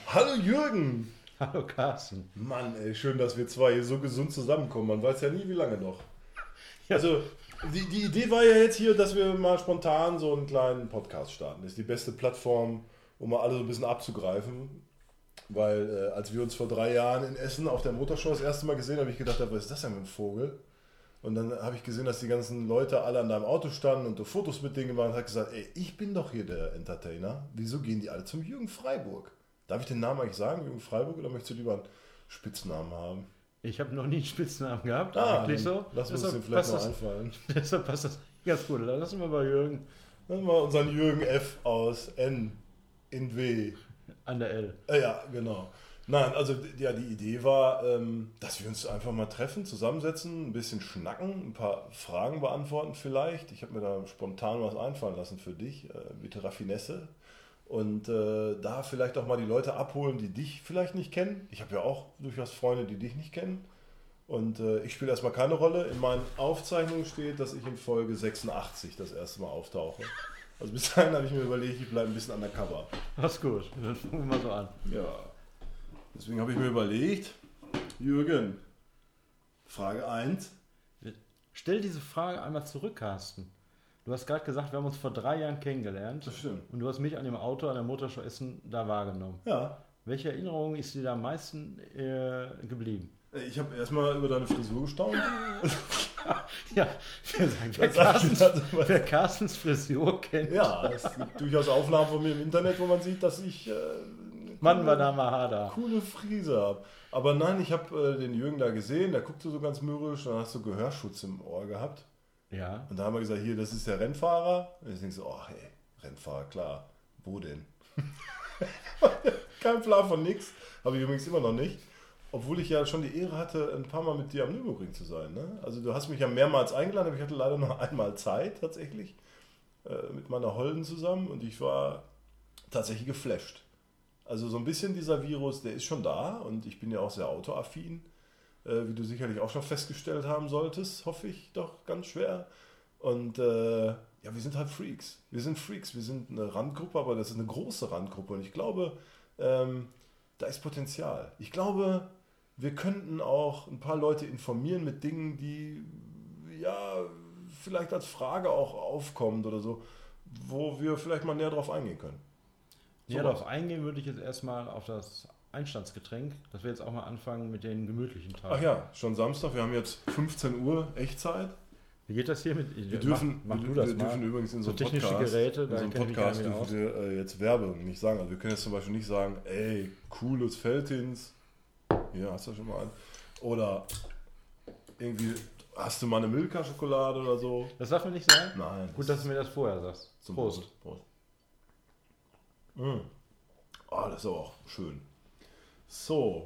Hallo Jürgen! Hallo Carsten. Mann, ey, schön, dass wir zwei hier so gesund zusammenkommen. Man weiß ja nie, wie lange noch. Ja. Also, die Idee war ja jetzt hier, dass wir mal spontan so einen kleinen Podcast starten. Das ist die beste Plattform, um mal alle so ein bisschen abzugreifen. Weil, als wir uns vor 3 Jahren in Essen auf der Motorshow das erste Mal gesehen haben, habe ich gedacht, was ist das denn für ein Vogel? Und dann habe ich gesehen, dass die ganzen Leute alle an deinem Auto standen und du Fotos mit denen gemacht und habe gesagt, ey, ich bin doch hier der Entertainer. Wieso gehen die alle zum Jürgen Freiburg? Darf ich den Namen eigentlich sagen, Jürgen Freiburg, oder möchtest du lieber einen Spitznamen haben? Ich habe noch nie einen Spitznamen gehabt, eigentlich so. Lass uns den vielleicht noch einfallen. Deshalb passt das ganz gut. Lassen wir bei Jürgen. Lassen wir unseren Jürgen F aus N in W. An der L. Ja, genau. Nein, also ja, die Idee war, dass wir uns einfach mal treffen, zusammensetzen, ein bisschen schnacken, ein paar Fragen beantworten vielleicht. Ich habe mir da spontan was einfallen lassen für dich, bitte Raffinesse. Und da vielleicht auch mal die Leute abholen, die dich vielleicht nicht kennen. Ich habe ja auch durchaus Freunde, die dich nicht kennen. Und ich spiele erstmal keine Rolle. In meinen Aufzeichnungen steht, dass ich in Folge 86 das erste Mal auftauche. Also bis dahin habe ich mir überlegt, ich bleibe ein bisschen undercover. Das ist gut, dann fangen wir mal so an. Ja, deswegen habe ich mir überlegt, Jürgen, Frage 1. Stell diese Frage einmal zurück, Carsten. Du hast gerade gesagt, wir haben uns vor 3 Jahren kennengelernt. Das stimmt. Und du hast mich an dem Auto an der Motorshow Essen da wahrgenommen. Ja. Welche Erinnerung ist dir da am meisten geblieben? Ich habe erstmal über deine Frisur gestaunt. Ja, wer Carstens Frisur kennt. Ja, es gibt durchaus Aufnahmen von mir im Internet, wo man sieht, dass ich Mann war da mal harder. Coole Frise habe. Aber nein, ich habe den Jürgen da gesehen, der guckte so ganz mürrisch, dann hast du Gehörschutz im Ohr gehabt. Ja. Und da haben wir gesagt, hier, das ist der Rennfahrer. Und ich denke so, ach hey, Rennfahrer, klar. Wo denn? Kein Plan von nix. Habe ich übrigens immer noch nicht. Obwohl ich ja schon die Ehre hatte, ein paar Mal mit dir am Nürburgring zu sein. Ne? Also du hast mich ja mehrmals eingeladen, aber ich hatte leider nur einmal Zeit tatsächlich. Mit meiner Holden zusammen. Und ich war tatsächlich geflasht. Also so ein bisschen dieser Virus, der ist schon da. Und ich bin ja auch sehr autoaffin. Wie du sicherlich auch schon festgestellt haben solltest, hoffe ich doch ganz schwer. Und ja, wir sind halt Freaks. Wir sind Freaks, wir sind eine Randgruppe, aber das ist eine große Randgruppe. Und ich glaube, da ist Potenzial. Ich glaube, wir könnten auch ein paar Leute informieren mit Dingen, die ja vielleicht als Frage auch aufkommen oder so, wo wir vielleicht mal näher drauf eingehen können. Näher drauf eingehen würde ich jetzt erstmal auf das Einstandsgetränk, dass wir jetzt auch mal anfangen mit den gemütlichen Tagen. Ach ja, schon Samstag, wir haben jetzt 15 Uhr Echtzeit. Wie geht das hier mit? Wir dürfen übrigens in so technische Podcast, Geräte, in so einem Podcast dürfen wir jetzt Werbung nicht sagen. Also wir können jetzt zum Beispiel nicht sagen, ey, cooles Veltins, hier hast du schon mal an. Oder irgendwie, hast du mal eine Milka-Schokolade oder so? Das darf man nicht sagen? Nein. Gut, dass du mir das vorher sagst. Prost. Mm. Oh, das ist aber auch schön. So.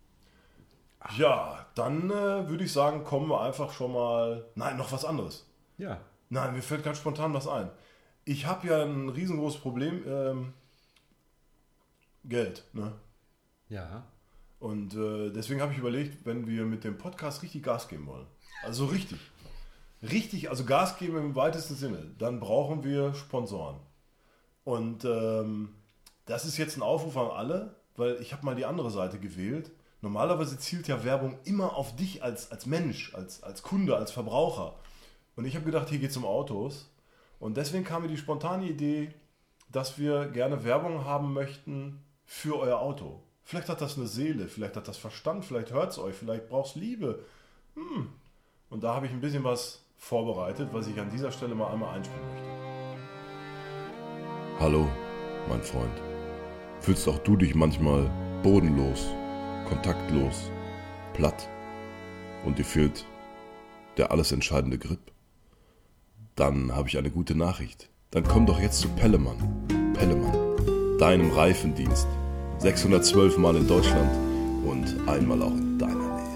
Ja, dann würde ich sagen, kommen wir einfach schon mal... Nein, noch was anderes. Ja. Nein, mir fällt ganz spontan was ein. Ich habe ja ein riesengroßes Problem. Geld, ne? Ja. Und deswegen habe ich überlegt, wenn wir mit dem Podcast richtig Gas geben wollen. Also richtig. Richtig, also Gas geben im weitesten Sinne. Dann brauchen wir Sponsoren. Und das ist jetzt ein Aufruf an alle, weil ich habe mal die andere Seite gewählt. Normalerweise zielt ja Werbung immer auf dich als Mensch, als Kunde, als Verbraucher. Und ich habe gedacht, hier geht es um Autos. Und deswegen kam mir die spontane Idee, dass wir gerne Werbung haben möchten für euer Auto. Vielleicht hat das eine Seele, vielleicht hat das Verstand, vielleicht hört es euch, vielleicht braucht es Liebe. Und da habe ich ein bisschen was vorbereitet, was ich an dieser Stelle mal einmal einspielen möchte. Hallo, mein Freund. Fühlst auch du dich manchmal bodenlos, kontaktlos, platt und dir fehlt der alles entscheidende Grip? Dann habe ich eine gute Nachricht. Dann komm doch jetzt zu Pellemann. Pellemann, deinem Reifendienst. 612 Mal in Deutschland und einmal auch in deiner Nähe.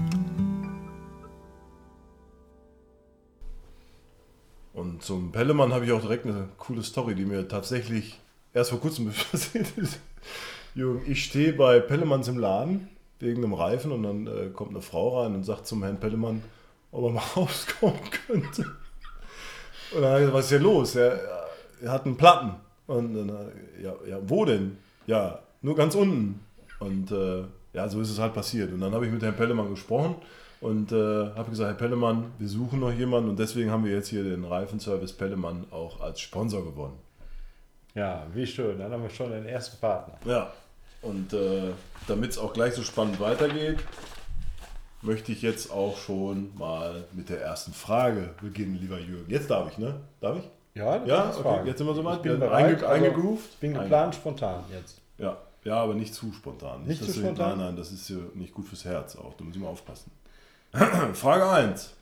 Und zum Pellemann habe ich auch direkt eine coole Story, die mir tatsächlich erst vor kurzem passiert ist. Jürgen, ich stehe bei Pellemanns im Laden wegen einem Reifen und dann kommt eine Frau rein und sagt zum Herrn Pellemann, ob er mal rauskommen könnte. Und dann habe ich gesagt, was ist hier los? Er hat einen Platten. Und dann, ja, wo denn? Ja, nur ganz unten. Und ja, so ist es halt passiert. Und dann habe ich mit Herrn Pellemann gesprochen und habe gesagt, Herr Pellemann, wir suchen noch jemanden und deswegen haben wir jetzt hier den Reifenservice Pellemann auch als Sponsor gewonnen. Ja, wie schön. Dann haben wir schon den ersten Partner. Ja, und damit es auch gleich so spannend weitergeht, möchte ich jetzt auch schon mal mit der ersten Frage beginnen, lieber Jürgen. Jetzt darf ich, ne? Darf ich? Ja, du Ja, kannst okay, fragen. jetzt sind wir soweit. Ich bin bereit, Eingegroovt. Ich bin geplant spontan jetzt. Ja. Ja, aber nicht zu spontan. Nicht dass zu spontan? Nein, das ist ja nicht gut fürs Herz auch. Da müssen wir aufpassen. Frage 1.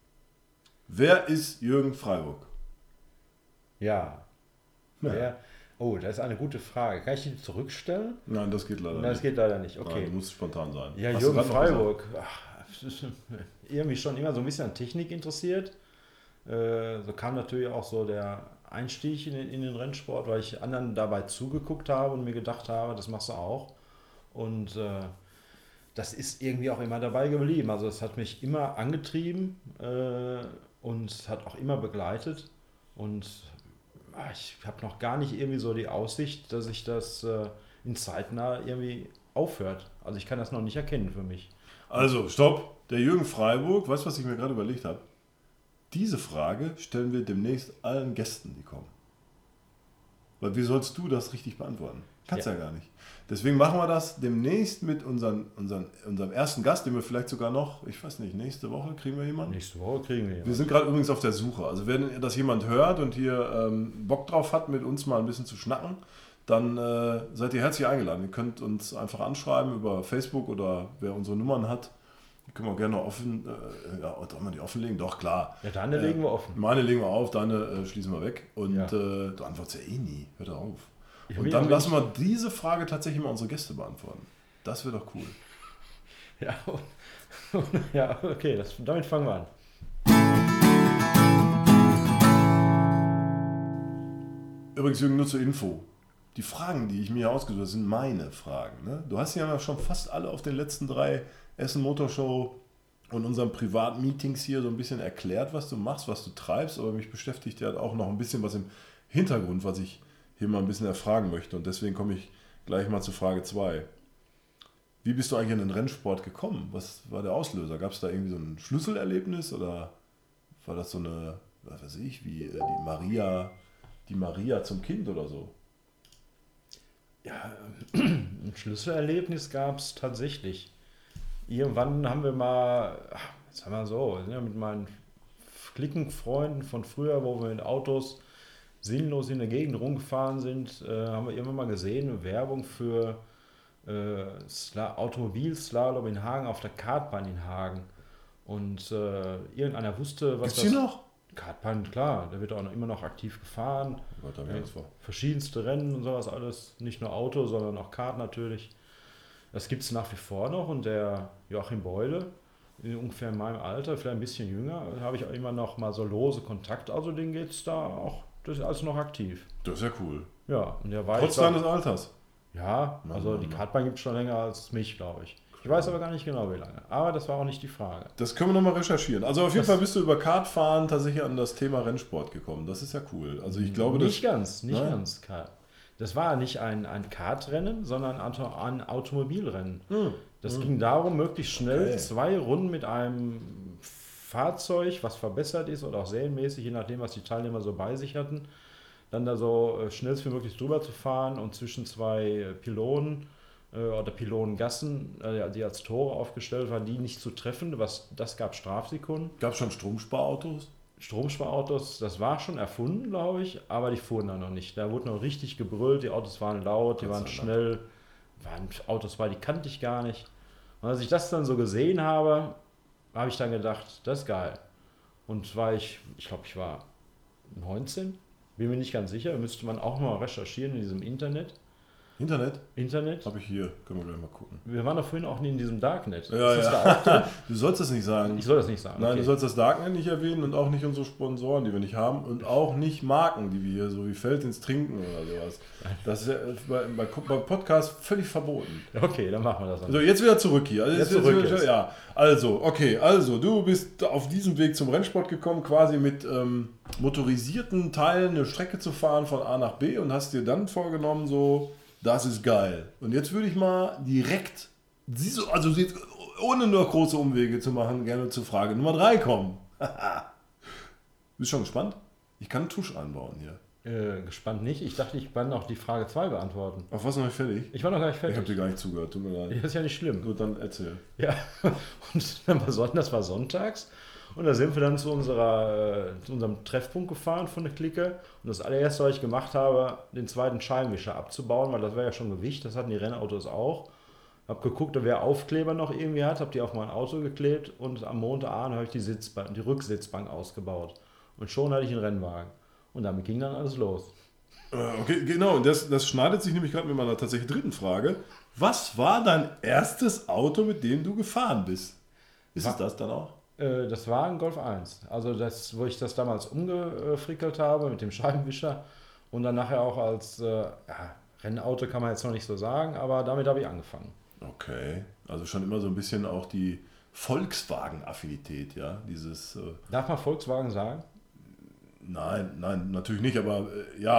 Wer ist Jürgen Freiburg? Ja. Oh, das ist eine gute Frage. Kann ich die zurückstellen? Nein, das geht leider Nein, das nicht. geht leider nicht. Okay. Nein, du musst spontan sein. Ja, Hast du Jürgen grad noch Freiburg. Ach, es ist irgendwie schon immer so ein bisschen an Technik interessiert. So kam natürlich auch so der Einstieg in den Rennsport, weil ich anderen dabei zugeguckt habe und mir gedacht habe, das machst du auch. Und das ist irgendwie auch immer dabei geblieben. Also es hat mich immer angetrieben und hat auch immer begleitet. Und ich habe noch gar nicht irgendwie so die Aussicht, dass ich das in zeitnah irgendwie aufhört. Also ich kann das noch nicht erkennen für mich. Also, stopp. Der Jürgen Freiburg, weißt du, was ich mir gerade überlegt habe? Diese Frage stellen wir demnächst allen Gästen, die kommen. Weil wie sollst du das richtig beantworten? Kannst ja gar nicht. Deswegen machen wir das demnächst mit unserem ersten Gast, den wir vielleicht sogar noch, ich weiß nicht, nächste Woche kriegen wir jemanden? Nächste Woche kriegen wir jemanden. Wir sind gerade übrigens auf der Suche. Also wenn das jemand hört und hier Bock drauf hat, mit uns mal ein bisschen zu schnacken, dann seid ihr herzlich eingeladen. Ihr könnt uns einfach anschreiben über Facebook oder wer unsere Nummern hat. Die können wir auch gerne offen, darf man die offenlegen? Doch, klar. Ja, deine legen wir offen. Meine legen wir auf, deine schließen wir weg. Und Ja. du antwortest ja eh nie. Hör doch auf. Ich Und will dann aber lassen wir diese Frage tatsächlich mal unsere Gäste beantworten. Das wäre doch cool. Ja, ja, okay, damit fangen wir an. Übrigens, Jürgen, nur zur Info. Die Fragen, die ich mir hier ausgesucht habe, sind meine Fragen. Ne? Du hast ja schon fast alle auf den letzten 3 Essen Motorshow und unseren Privatmeetings hier so ein bisschen erklärt, was du machst, was du treibst. Aber mich beschäftigt ja auch noch ein bisschen was im Hintergrund, was ich hier mal ein bisschen erfragen möchte. Und deswegen komme ich gleich mal zu Frage 2. Wie bist du eigentlich in den Rennsport gekommen? Was war der Auslöser? Gab es da irgendwie so ein Schlüsselerlebnis oder war das so eine, was weiß ich, wie die Maria zum Kind oder so? Ja, ein Schlüsselerlebnis gab es tatsächlich. Irgendwann haben wir mal, sagen wir so, ja, mit meinen Klickenfreunden von früher, wo wir mit Autos sinnlos in der Gegend rumgefahren sind, haben wir irgendwann mal gesehen, eine Werbung für Automobilslalom in Hagen auf der Kartbahn in Hagen. Und irgendeiner wusste, was Gibt's die noch? Kartbahn, klar, der wird auch immer noch aktiv gefahren. Gott, da hab ich Angst vor. Verschiedenste Rennen und sowas alles. Nicht nur Auto, sondern auch Kart natürlich. Das gibt es nach wie vor noch. Und der Joachim Beule, ungefähr in meinem Alter, vielleicht ein bisschen jünger, habe ich auch immer noch mal so lose Kontakt. Also den geht es da auch, das ist alles noch aktiv. Das ist ja cool. Ja, und der war Trotz deines Alters. Ja, also Mann, die Mann. Kartbahn gibt es schon länger als mich, glaube ich. Ich weiß aber gar nicht genau, wie lange. Aber das war auch nicht die Frage. Das können wir nochmal recherchieren. Also auf jeden Fall bist du über Kartfahren tatsächlich an das Thema Rennsport gekommen. Das ist ja cool. Also ich glaube, nicht ganz. Nein? Das war nicht ein Kartrennen, sondern ein Automobilrennen. Das ging darum, möglichst schnell 2 Runden mit einem Fahrzeug, was verbessert ist oder auch serienmäßig, je nachdem, was die Teilnehmer so bei sich hatten, dann da so schnell wie möglich drüber zu fahren und zwischen 2 Pylonen oder Pylonengassen, die als Tore aufgestellt waren, die nicht zu treffen. Das gab Strafsekunden. Gab es schon Stromsparautos? Stromsparautos, das war schon erfunden, glaube ich, aber die fuhren da noch nicht. Da wurde noch richtig gebrüllt, die Autos waren laut, die waren schnell, waren Autos bei, die kannte ich gar nicht. Und als ich das dann so gesehen habe, habe ich dann gedacht, das ist geil. Und ich glaube, ich war 19, bin mir nicht ganz sicher, müsste man auch mal recherchieren in diesem Internet. Internet? Habe ich hier, können wir gleich mal gucken. Wir waren doch vorhin auch nie in diesem Darknet. Ja, Ist das ja. da auch drin? Du sollst das nicht sagen. Ich soll das nicht sagen. Nein, okay. du sollst das Darknet nicht erwähnen und auch nicht unsere Sponsoren, die wir nicht haben und auch nicht Marken, die wir hier, so wie Feld ins Trinken oder sowas. Das ist ja bei Podcast völlig verboten. Okay, dann machen wir das. So, jetzt wieder zurück hier. Also Jetzt zurück. Ja, also du bist auf diesem Weg zum Rennsport gekommen, quasi mit motorisierten Teilen eine Strecke zu fahren von A nach B und hast dir dann vorgenommen, so Das ist geil. Und jetzt würde ich mal direkt, ohne nur große Umwege zu machen, gerne zur Frage Nummer 3 kommen. Bist du schon gespannt? Ich kann einen Tusch einbauen hier. Gespannt nicht. Ich dachte, ich kann noch die Frage 2 beantworten. Auf was noch nicht fertig? Ich war noch gar nicht fertig. Ich habe dir gar nicht zugehört, tut mir leid. Das ist ja nicht schlimm. Gut, dann erzähl. Ja, und das war sonntags. Und da sind wir dann zu unserem Treffpunkt gefahren von der Clique. Und das allererste, was ich gemacht habe, den zweiten Scheibenwischer abzubauen, weil das war ja schon Gewicht, das hatten die Rennautos auch. Hab geguckt, wer Aufkleber noch irgendwie hat, hab die auf mein Auto geklebt und am Montagabend habe ich die Rücksitzbank ausgebaut. Und schon hatte ich einen Rennwagen. Und damit ging dann alles los. Okay, genau. Und das schneidet sich nämlich gerade mit meiner tatsächlich dritten Frage. Was war dein erstes Auto, mit dem du gefahren bist? Ist es das dann auch? Das war ein Golf 1. Also wo ich das damals umgefrickelt habe mit dem Scheibenwischer und dann nachher auch als Rennauto kann man jetzt noch nicht so sagen, aber damit habe ich angefangen. Okay, also schon immer so ein bisschen auch die Volkswagen-Affinität, ja? Darf man Volkswagen sagen? Nein, natürlich nicht, aber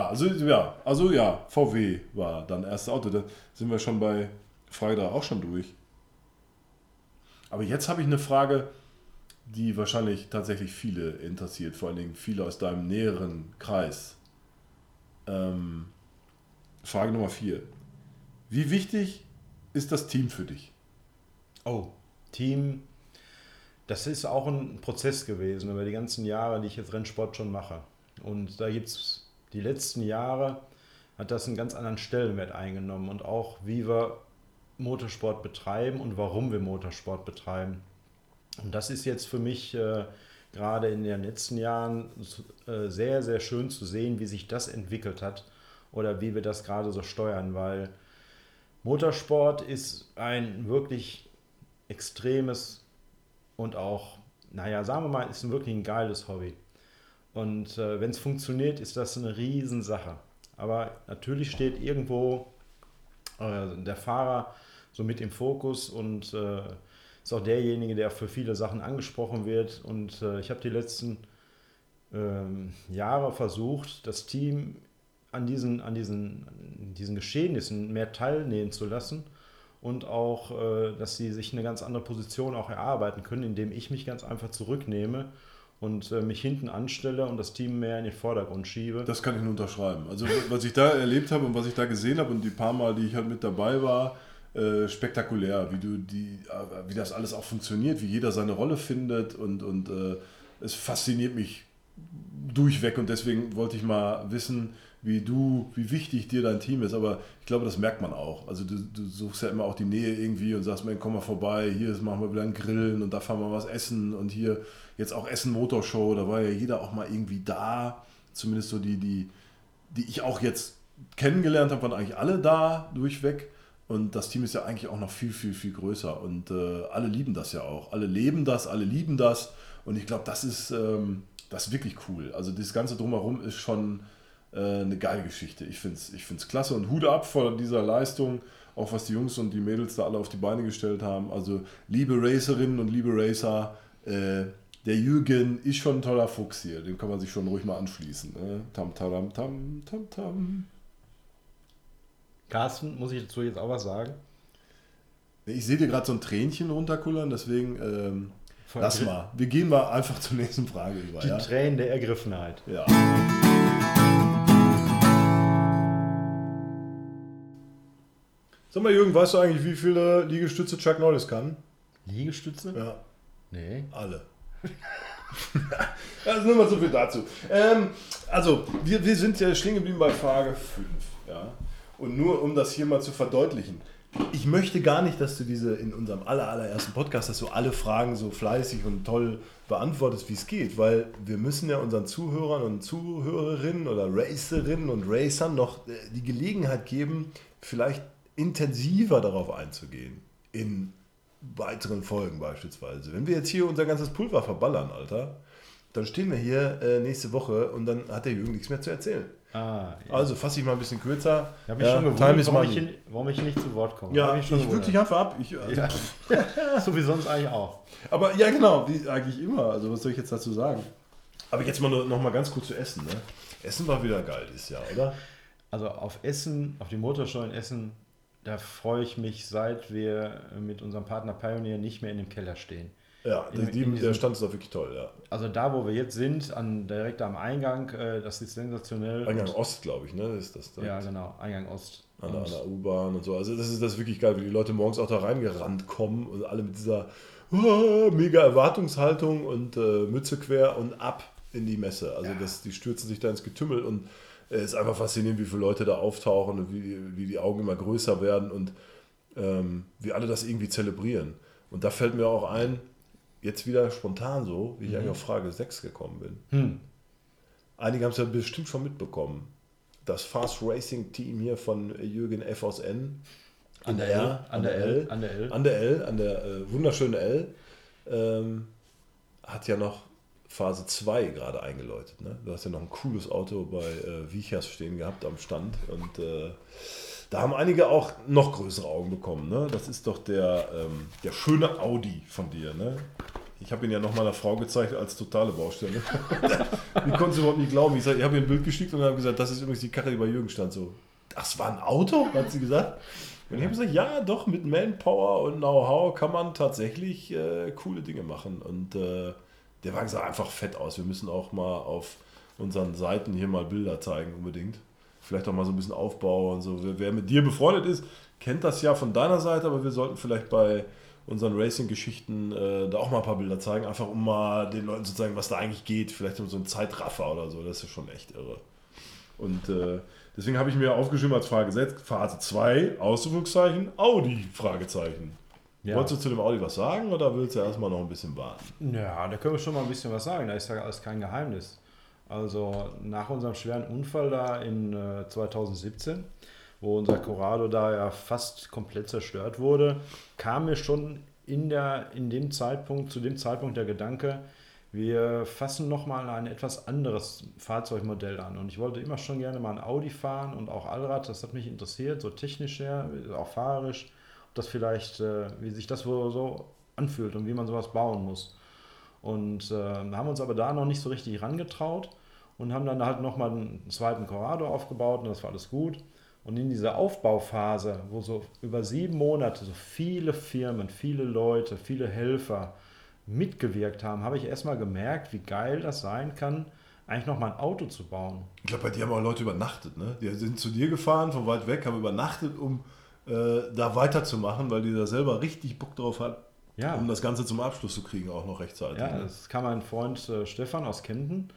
VW war dann erstes Auto. Da sind wir schon bei Frage 3 auch schon durch. Aber jetzt habe ich eine Frage, die wahrscheinlich tatsächlich viele interessiert, vor allen Dingen viele aus deinem näheren Kreis. Frage Nummer 4. Wie wichtig ist das Team für dich? Oh, Team, das ist auch ein Prozess gewesen über die ganzen Jahre, die ich jetzt Rennsport schon mache. Und da gibt es die letzten Jahre, hat das einen ganz anderen Stellenwert eingenommen und auch wie wir Motorsport betreiben und warum wir Motorsport betreiben. Und das ist jetzt für mich gerade in den letzten Jahren sehr, sehr schön zu sehen, wie sich das entwickelt hat oder wie wir das gerade so steuern, weil Motorsport ist ein wirklich extremes und auch, sagen wir mal, ist wirklich ein geiles Hobby. Und wenn es funktioniert, ist das eine Riesensache. Aber natürlich steht irgendwo der Fahrer so mit im Fokus und ist auch derjenige, der für viele Sachen angesprochen wird. Und ich habe die letzten Jahre versucht, das Team an diesen Geschehnissen mehr teilnehmen zu lassen und auch, dass sie sich eine ganz andere Position auch erarbeiten können, indem ich mich ganz einfach zurücknehme und mich hinten anstelle und das Team mehr in den Vordergrund schiebe. Das kann ich nur unterschreiben. Also was ich da erlebt habe und was ich da gesehen habe und die paar Mal, die ich halt mit dabei war, spektakulär, wie das alles auch funktioniert, wie jeder seine Rolle findet und es fasziniert mich durchweg und deswegen wollte ich mal wissen, wie wichtig dir dein Team ist, aber ich glaube, das merkt man auch. Also du suchst ja immer auch die Nähe irgendwie und sagst, komm mal vorbei, hier machen wir wieder ein Grillen und da fahren wir was essen und hier jetzt auch Essen Motorshow, da war ja jeder auch mal irgendwie da, zumindest so die ich auch jetzt kennengelernt habe, waren eigentlich alle da durchweg und das Team ist ja eigentlich auch noch viel, viel, viel größer und alle lieben das ja auch, alle leben das, alle lieben das und ich glaube, das ist wirklich cool. Also das Ganze drumherum ist schon eine geile Geschichte. Ich find's klasse und Hut ab vor dieser Leistung, auch was die Jungs und die Mädels da alle auf die Beine gestellt haben. Also liebe Racerinnen und liebe Racer, der Jürgen ist schon ein toller Fuchs hier. Dem kann man sich schon ruhig mal anschließen. Tam, tam, tam, tam, tam. Carsten, muss ich dazu jetzt auch was sagen? Ich sehe dir gerade so ein Tränchen runterkullern, deswegen lass mal. Wir gehen mal einfach zur nächsten Frage über. Die Tränen der Ergriffenheit. Ja. Sag mal, Jürgen, weißt du eigentlich, wie viele Liegestütze Chuck Norris kann? Liegestütze? Ja. Nee. Alle. Also nur mal so viel dazu. Also, wir sind ja stehen geblieben bei Frage 5. Ja? Und nur um das hier mal zu verdeutlichen. Ich möchte gar nicht, dass du in unserem allerersten Podcast, dass du alle Fragen so fleißig und toll beantwortest, wie es geht, weil wir müssen ja unseren Zuhörern und Zuhörerinnen oder Racerinnen und Racern noch die Gelegenheit geben, vielleicht intensiver darauf einzugehen, in weiteren Folgen beispielsweise. Wenn wir jetzt hier unser ganzes Pulver verballern, Alter, dann stehen wir hier nächste Woche und dann hat der Jürgen nichts mehr zu erzählen. Ja. Also fasse ich mal ein bisschen kürzer. Ich habe mich schon gewundert, warum ich nicht zu Wort komme. Ja, ich wirklich einfach ab. So wie sonst eigentlich auch. Aber ja, genau, wie eigentlich immer. Also was soll ich jetzt dazu sagen? Aber jetzt mal noch mal ganz kurz zu Essen. Ne? Essen war wieder geil dieses Jahr, oder? Also auf Essen, auf die Motorshow in Essen, da freue ich mich, seit wir mit unserem Partner Pioneer nicht mehr in dem Keller stehen. Ja, der Stand ist auch wirklich toll, ja. Also da, wo wir jetzt sind, direkt am Eingang, das ist sensationell. Eingang Ost, glaube ich, ne? Ist das ja, genau, Eingang Ost. An der U-Bahn und so. Also das ist wirklich geil, wie die Leute morgens auch da reingerannt kommen und alle mit dieser mega Erwartungshaltung und Mütze quer und ab in die Messe. Also die stürzen sich da ins Getümmel und es ist einfach faszinierend, wie viele Leute da auftauchen und wie die Augen immer größer werden und wie alle das irgendwie zelebrieren. Und da fällt mir auch ein, jetzt wieder spontan so, wie ich eigentlich auf Frage 6 gekommen bin. Einige haben es ja bestimmt schon mitbekommen. Das Fast Racing Team hier von Jürgen F. aus N. An der wunderschönen L. Hat ja noch Phase 2 gerade eingeläutet. Ne? Du hast ja noch ein cooles Auto bei Vichas stehen gehabt am Stand. Und da haben einige auch noch größere Augen bekommen. Ne? Das ist doch der schöne Audi von dir. Ne? Ich habe ihn ja noch meiner Frau gezeigt als totale Baustelle. Die konnte es überhaupt nicht glauben. Ich habe ihr ein Bild geschickt und habe gesagt, das ist übrigens die Karre, die bei Jürgen stand. So, das war ein Auto, hat sie gesagt. Und ich habe gesagt, ja, doch, mit Manpower und Know-how kann man tatsächlich coole Dinge machen. Und der Wagen sah einfach fett aus. Wir müssen auch mal auf unseren Seiten hier mal Bilder zeigen, unbedingt. Vielleicht auch mal so ein bisschen Aufbau und so. Wer mit dir befreundet ist, kennt das ja von deiner Seite, aber wir sollten vielleicht bei unseren Racing-Geschichten da auch mal ein paar Bilder zeigen, einfach um mal den Leuten zu zeigen, was da eigentlich geht. Vielleicht so ein Zeitraffer oder so, das ist ja schon echt irre. Und deswegen habe ich mir aufgeschrieben als Frage gesetzt, Phase 2, Ausrufungszeichen, Audi, Fragezeichen. Ja. Wolltest du zu dem Audi was sagen oder willst du erstmal noch ein bisschen warten? Ja, da können wir schon mal ein bisschen was sagen, da ist ja alles kein Geheimnis. Also nach unserem schweren Unfall da in 2017, wo unser Corrado da ja fast komplett zerstört wurde, kam mir schon zu dem Zeitpunkt der Gedanke, wir fassen nochmal ein etwas anderes Fahrzeugmodell an. Und ich wollte immer schon gerne mal ein Audi fahren und auch Allrad, das hat mich interessiert, so technisch her, auch fahrerisch, ob das vielleicht, wie sich das so anfühlt und wie man sowas bauen muss. Und haben uns aber da noch nicht so richtig rangetraut und haben dann halt nochmal einen zweiten Corrado aufgebaut und das war alles gut. Und in dieser Aufbauphase, wo so über 7 Monate so viele Firmen, viele Leute, viele Helfer mitgewirkt haben, habe ich erstmal gemerkt, wie geil das sein kann, eigentlich nochmal ein Auto zu bauen. Ich glaube, bei dir haben auch Leute übernachtet, ne? Die sind zu dir gefahren, von weit weg, haben übernachtet, um da weiterzumachen, weil die da selber richtig Bock drauf hat, um das Ganze zum Abschluss zu kriegen, auch noch rechtzeitig. Ja, ne? Das kam mein Freund Stefan aus Kempten.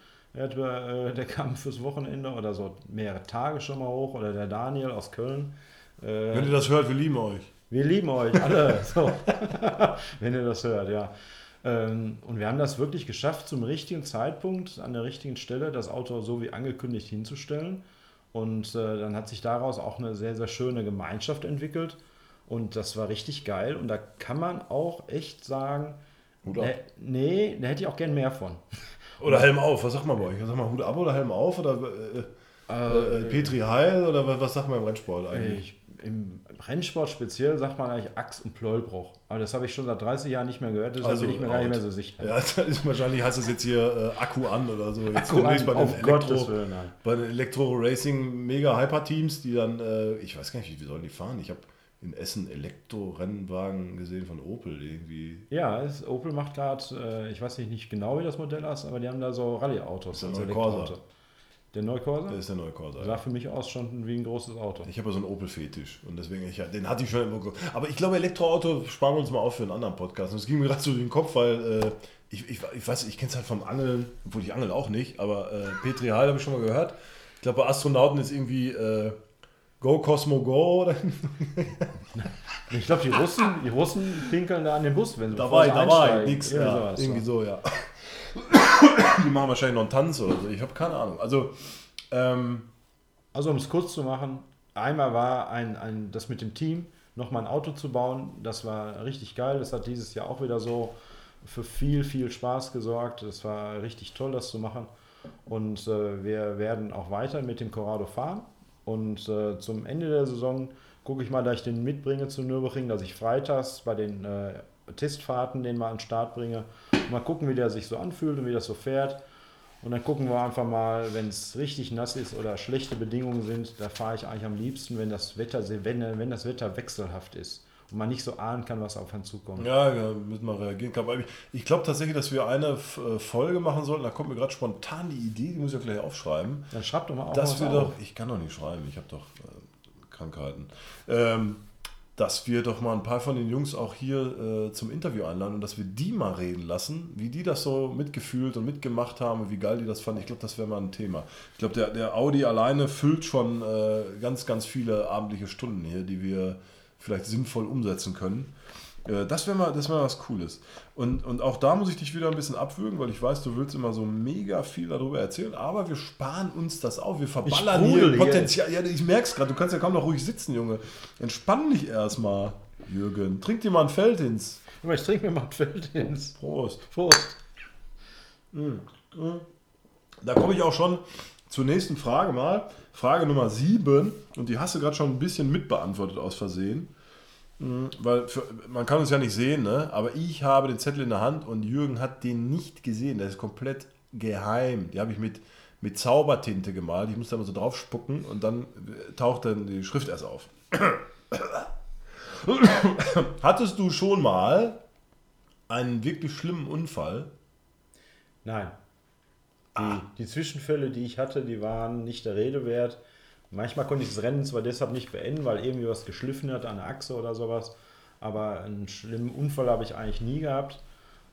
Der kam fürs Wochenende oder so mehrere Tage schon mal hoch. Oder der Daniel aus Köln. Wenn ihr das hört, wir lieben euch. Wir lieben euch alle. So. Wenn ihr das hört, ja. Und wir haben das wirklich geschafft, zum richtigen Zeitpunkt, an der richtigen Stelle, das Auto so wie angekündigt hinzustellen. Und dann hat sich daraus auch eine sehr, sehr schöne Gemeinschaft entwickelt. Und das war richtig geil. Und da kann man auch echt sagen, da hätte ich auch gern mehr von. Oder Helm auf, was sagt man bei euch? Sag mal, Hut ab oder Helm auf? Oder Petri Heil? Oder was sagt man im Rennsport eigentlich? Im Rennsport speziell sagt man eigentlich Achs- und Pleuelbruch. Aber das habe ich schon seit 30 Jahren nicht mehr gehört, deshalb bin ich mir gar nicht mehr so sicher. Ja, wahrscheinlich heißt das jetzt hier Akku an oder so. Jetzt Akku an, bei den Elektro-Racing-Mega-Hyper-Teams, die dann, ich weiß gar nicht, wie sollen die fahren? Ich habe in Essen Elektro-Rennwagen gesehen von Opel irgendwie. Ja, Opel macht gerade, ich weiß nicht genau, wie das Modell ist, aber die haben da so Rallye-Autos. Der neue Corsa. Der neue Corsa? Der ist der neue Corsa. Sah für mich aus schon wie ein großes Auto. Ich habe ja so einen Opel-Fetisch und deswegen, den hatte ich schon im Kopf. Aber ich glaube, Elektroauto sparen wir uns mal auf für einen anderen Podcast. Und es ging mir gerade so durch den Kopf, weil ich weiß, ich kenne es halt vom Angeln, obwohl ich angel auch nicht, aber Petri Heil habe ich schon mal gehört. Ich glaube, bei Astronauten ist irgendwie Go Cosmo Go oder? Ich glaube, die Russen pinkeln da an den Bus, wenn sie dabei, nix, irgendwie so, ja. Die machen wahrscheinlich noch einen Tanz oder so, ich habe keine Ahnung. Also um es kurz zu machen, einmal war das mit dem Team, nochmal ein Auto zu bauen, das war richtig geil, das hat dieses Jahr auch wieder so für viel, viel Spaß gesorgt, das war richtig toll, das zu machen und wir werden auch weiter mit dem Corrado fahren und zum Ende der Saison gucke ich mal, dass ich den mitbringe zu Nürburgring, dass ich freitags bei den Testfahrten den mal an den Start bringe. Mal gucken, wie der sich so anfühlt und wie das so fährt. Und dann gucken wir einfach mal, wenn es richtig nass ist oder schlechte Bedingungen sind, da fahre ich eigentlich am liebsten, wenn das Wetter wechselhaft ist und man nicht so ahnen kann, was auf einen zukommt. Ja, müssen wir reagieren. Aber ich glaube tatsächlich, dass wir eine Folge machen sollten. Da kommt mir gerade spontan die Idee, die muss ich ja gleich aufschreiben. Dann schreibt doch mal auf. Dass wir doch, ich kann doch nicht schreiben, ich habe doch Krankheiten. Dass wir doch mal ein paar von den Jungs auch hier zum Interview einladen und dass wir die mal reden lassen, wie die das so mitgefühlt und mitgemacht haben und wie geil die das fanden. Ich glaube, das wäre mal ein Thema. Ich glaube, der Audi alleine füllt schon ganz, ganz viele abendliche Stunden hier, die wir vielleicht sinnvoll umsetzen können. Das wäre mal was Cooles. Und auch da muss ich dich wieder ein bisschen abwürgen, weil ich weiß, du willst immer so mega viel darüber erzählen, aber wir sparen uns das auf. Wir verballern hier Potenzial. Ja, ich merk's gerade, du kannst ja kaum noch ruhig sitzen, Junge. Entspann dich erstmal, Jürgen. Trink dir mal ein Feldhins. Ich trinke mir mal ein Feldhins. Prost. Prost. Da komme ich auch schon zur nächsten Frage mal. Frage Nummer 7. Und die hast du gerade schon ein bisschen mitbeantwortet aus Versehen. Weil man kann uns ja nicht sehen, ne? Aber ich habe den Zettel in der Hand und Jürgen hat den nicht gesehen. Der ist komplett geheim. Die habe ich mit Zaubertinte gemalt. Ich muss da mal so drauf spucken und dann taucht dann die Schrift erst auf. Hattest du schon mal einen wirklich schlimmen Unfall? Nein. Die Zwischenfälle, die ich hatte, die waren nicht der Rede wert. Manchmal konnte ich das Rennen zwar deshalb nicht beenden, weil irgendwie was geschliffen hat an der Achse oder sowas, aber einen schlimmen Unfall habe ich eigentlich nie gehabt.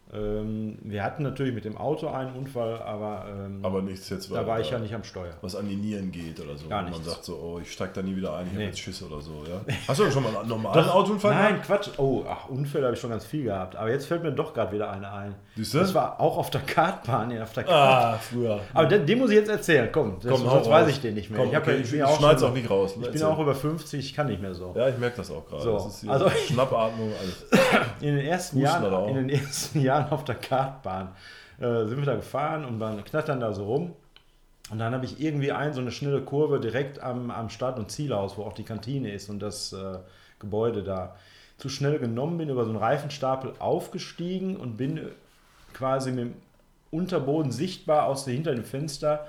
Wir hatten natürlich mit dem Auto einen Unfall, aber nichts jetzt. Da war ich ja nicht am Steuer. Was an die Nieren geht oder so. Gar man nichts. sagt so, oh, ich steige da nie wieder ein, ich habe jetzt Schiss oder so. Ja? Hast du denn schon mal einen normalen Autounfall Nein, gehabt? Quatsch. Unfälle habe ich schon ganz viel gehabt. Aber jetzt fällt mir doch gerade wieder eine ein. Siehst du? Das war auch auf der Kartbahn. Früher. Aber den muss ich jetzt erzählen. Komm, sonst weiß ich den nicht mehr. Komm, ich schneide es auch nicht raus. Ich bin auch über 50, ich kann nicht mehr so. Ja, ich merke das auch gerade. So, Das ist hier also Schnappatmung, alles. In den ersten Jahren auf der Kartbahn sind wir da gefahren und dann knattern da so rum. Und dann habe ich irgendwie so eine schnelle Kurve direkt am Start- und Zielhaus, wo auch die Kantine ist und das Gebäude da, zu schnell genommen, bin über so einen Reifenstapel aufgestiegen und bin quasi mit dem Unterboden sichtbar hinter dem Fenster,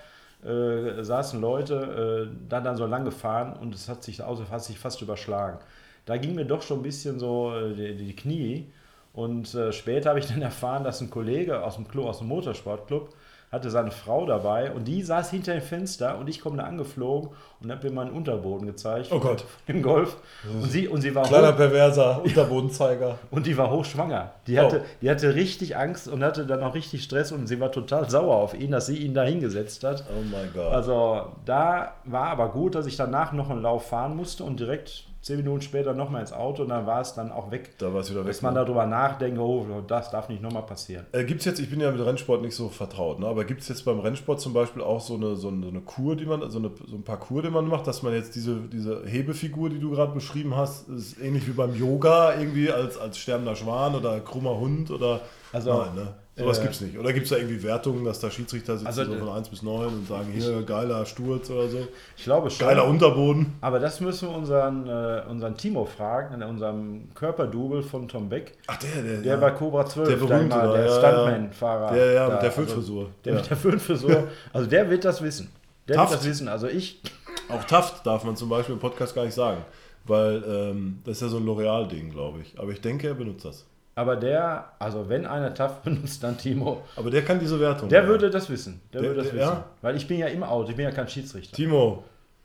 saßen Leute, dann so lang gefahren und das hat sich fast überschlagen. Da ging mir doch schon ein bisschen so die Knie. Und später habe ich dann erfahren, dass ein Kollege aus dem Motorsportclub hatte seine Frau dabei und die saß hinter dem Fenster und ich komme da angeflogen und habe mir meinen Unterboden gezeigt. Oh Gott. Im Golf. Und sie war kleiner perverser Unterbodenzeiger. Und die war hochschwanger. Die hatte richtig Angst und hatte dann auch richtig Stress und sie war total sauer auf ihn, dass sie ihn da hingesetzt hat. Oh mein Gott. Also da war aber gut, dass ich danach noch einen Lauf fahren musste und direkt 10 Minuten später nochmal ins Auto und dann war es dann auch weg. Da war es wieder weg. Dass man darüber nachdenkt, oh, das darf nicht nochmal passieren. Gibt es jetzt, ich bin ja mit Rennsport nicht so vertraut, ne? Aber gibt es jetzt beim Rennsport zum Beispiel auch so eine Kur, so ein Parcours, den man macht, dass man jetzt diese Hebefigur, die du gerade beschrieben hast, ist ähnlich wie beim Yoga, irgendwie als sterbender Schwan oder krummer Hund oder... Also, nein, ne? Sowas gibt es nicht. Oder gibt es da irgendwie Wertungen, dass da Schiedsrichter sitzen so von 1 bis 9 und sagen, hier, geiler Sturz oder so? Ich glaube schon. Geiler Unterboden. Aber das müssen wir unseren Timo fragen, unserem Körperdouble von Tom Beck. Ach, der ja. Bei Cobra 12, der berühmte, der Stuntman-Fahrer. Der mit der Föhnfrisur. Der mit der Föhnfrisur. Also der wird das wissen. Also ich... Auch Taft darf man zum Beispiel im Podcast gar nicht sagen. Weil das ist ja so ein L'Oreal-Ding, glaube ich. Aber ich denke, er benutzt das. Aber wenn einer TAF benutzt, dann Timo. Aber der kann diese Wertung. Der würde das wissen. Der würde das wissen. Ja? Weil ich bin ja im Auto, ich bin ja kein Schiedsrichter. Timo,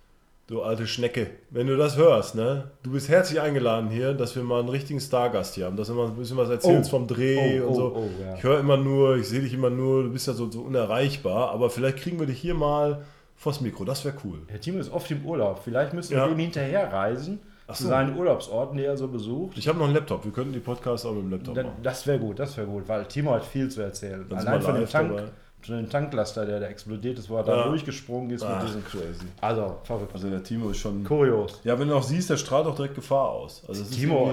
du alte Schnecke, wenn du das hörst, ne? Du bist herzlich eingeladen hier, dass wir mal einen richtigen Stargast hier haben, dass du mal ein bisschen was erzählst vom Dreh und so. Ja. Ich höre immer nur, ich sehe dich immer nur, du bist ja so unerreichbar, aber vielleicht kriegen wir dich hier mal vors Mikro, das wäre cool. Herr Timo ist oft im Urlaub, vielleicht müssen wir ihm hinterher reisen. Zu seinen Urlaubsorten, die er so besucht. Ich habe noch einen Laptop, wir könnten die Podcasts auch mit dem Laptop machen. Das wäre gut, weil Timo hat viel zu erzählen. Allein von dem Tanklaster, der explodiert ist, wo er da durchgesprungen ist. Mit diesen crazy. Also, verrückt. Also der Timo ist schon... Kurios. Ja, wenn du auch siehst, der strahlt auch direkt Gefahr aus. Also das Timo,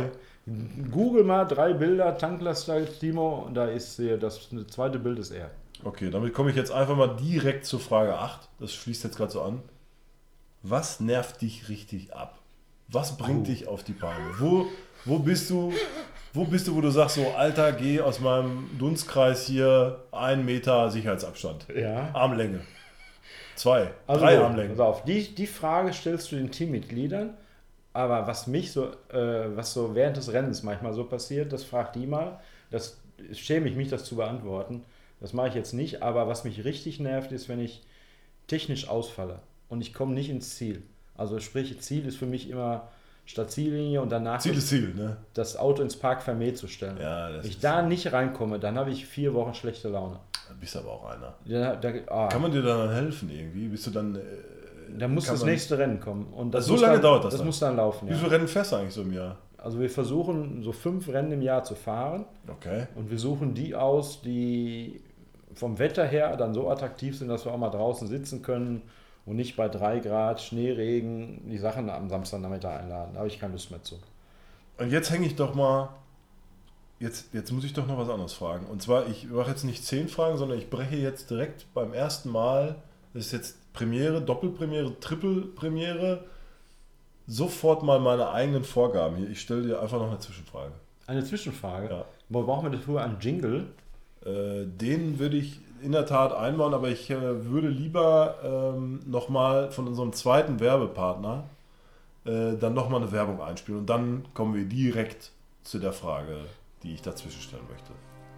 google mal 3 Bilder, Tanklaster Timo, und da ist hier das zweite Bild ist er. Okay, damit komme ich jetzt einfach mal direkt zur Frage 8. Das schließt jetzt gerade so an. Was nervt dich richtig ab? Was bringt dich auf die Palme? Wo bist du, wo du sagst so, Alter, geh aus meinem Dunstkreis hier 1 Meter Sicherheitsabstand. Ja. Armlänge. 2, Also 3 gut, Armlängen. pass auf, die Frage stellst du den Teammitgliedern, aber was mich so, was so während des Rennens manchmal so passiert, das fragt die mal. Das schäme ich mich, das zu beantworten. Das mache ich jetzt nicht, aber was mich richtig nervt, ist, wenn ich technisch ausfalle und ich komme nicht ins Ziel. Also sprich, Ziel ist für mich immer statt Ziellinie und danach Ziel ist Ziel, ne? das Auto ins Park Vermeer zu stellen. Ja, das Wenn ich ist da nicht reinkomme, dann habe ich 4 Wochen schlechte Laune. Da bist du aber auch einer. Da Kann man dir dann helfen irgendwie? Bist du dann... Da muss kann das man- nächste Rennen kommen. Und das So muss lange dann, dauert das Das dann? muss dann laufen, Wie ja. viele Rennen fährst du eigentlich so im Jahr? Also wir versuchen so 5 Rennen im Jahr zu fahren Okay. und wir suchen die aus, die vom Wetter her dann so attraktiv sind, dass wir auch mal draußen sitzen können und nicht bei 3 Grad, Schneeregen die Sachen am Samstagnachmittag einladen. Da habe ich keine Lust mehr zu. Und jetzt hänge ich doch mal... Jetzt muss ich doch noch was anderes fragen. Und zwar, ich mache jetzt nicht 10 Fragen, sondern ich breche jetzt direkt beim ersten Mal, das ist jetzt Premiere, Doppelpremiere, Trippelpremiere, sofort mal meine eigenen Vorgaben hier. Ich stelle dir einfach noch eine Zwischenfrage. Eine Zwischenfrage. Ja. Wo brauchen wir dafür einen Jingle? Den würde ich in der Tat einbauen, aber ich würde lieber nochmal von unserem zweiten Werbepartner dann nochmal eine Werbung einspielen. Und dann kommen wir direkt zu der Frage, die ich dazwischen stellen möchte.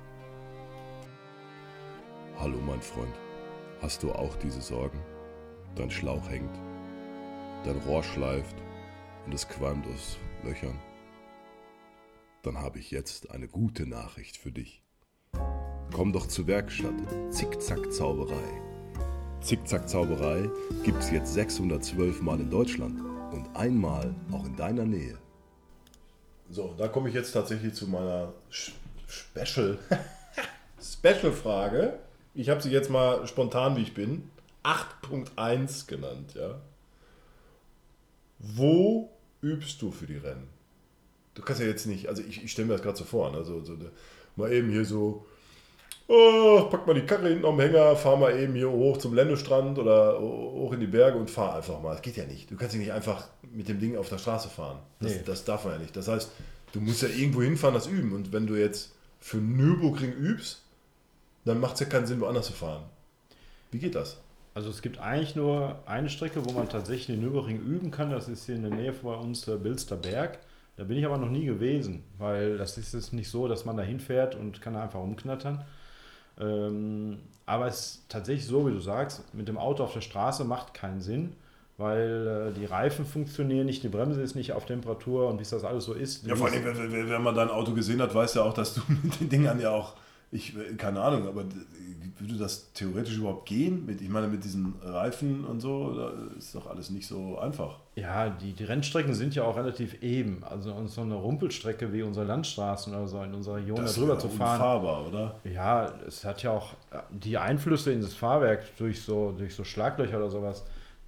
Hallo mein Freund, hast du auch diese Sorgen? Dein Schlauch hängt, dein Rohr schleift und es qualmt aus Löchern? Dann habe ich jetzt eine gute Nachricht für dich. Komm doch zur Werkstatt Zickzack Zauberei. Zickzack Zauberei gibt's jetzt 612 Mal in Deutschland und einmal auch in deiner Nähe. So, da komme ich jetzt tatsächlich zu meiner Special-Frage. Ich habe sie jetzt mal spontan, wie ich bin, 8.1 genannt. Ja. Wo übst du für die Rennen? Du kannst ja jetzt nicht, also ich stelle mir das gerade so vor, ne? Mal eben hier so, pack mal die Karre hinten am Hänger, fahr mal eben hier hoch zum Lendestrand oder hoch in die Berge und fahr einfach mal. Das geht ja nicht. Du kannst ja nicht einfach mit dem Ding auf der Straße fahren. Das darf man ja nicht. Das heißt, du musst ja irgendwo hinfahren, das üben. Und wenn du jetzt für Nürburgring übst, dann macht es ja keinen Sinn, woanders zu fahren. Wie geht das? Also es gibt eigentlich nur eine Strecke, wo man tatsächlich den Nürburgring üben kann. Das ist hier in der Nähe bei uns der Bilster Berg. Da bin ich aber noch nie gewesen, weil das ist jetzt nicht so, dass man da hinfährt und kann da einfach rumknattern. Aber es ist tatsächlich so, wie du sagst, mit dem Auto auf der Straße macht keinen Sinn, weil die Reifen funktionieren nicht, die Bremse ist nicht auf Temperatur und wie es das alles so ist. Ja, vor allem, wenn man dein Auto gesehen hat, weiß ja auch, dass du mit den Dingern ja auch, keine Ahnung, aber würde das theoretisch überhaupt gehen? Ich meine, mit diesen Reifen und so, da ist doch alles nicht so einfach. Ja, die Rennstrecken sind ja auch relativ eben. Also so eine Rumpelstrecke wie unsere Landstraßen oder so in unserer Region da drüber zu fahren. Unfahrbar, oder? Ja, es hat ja auch die Einflüsse in das Fahrwerk durch so Schlaglöcher oder sowas.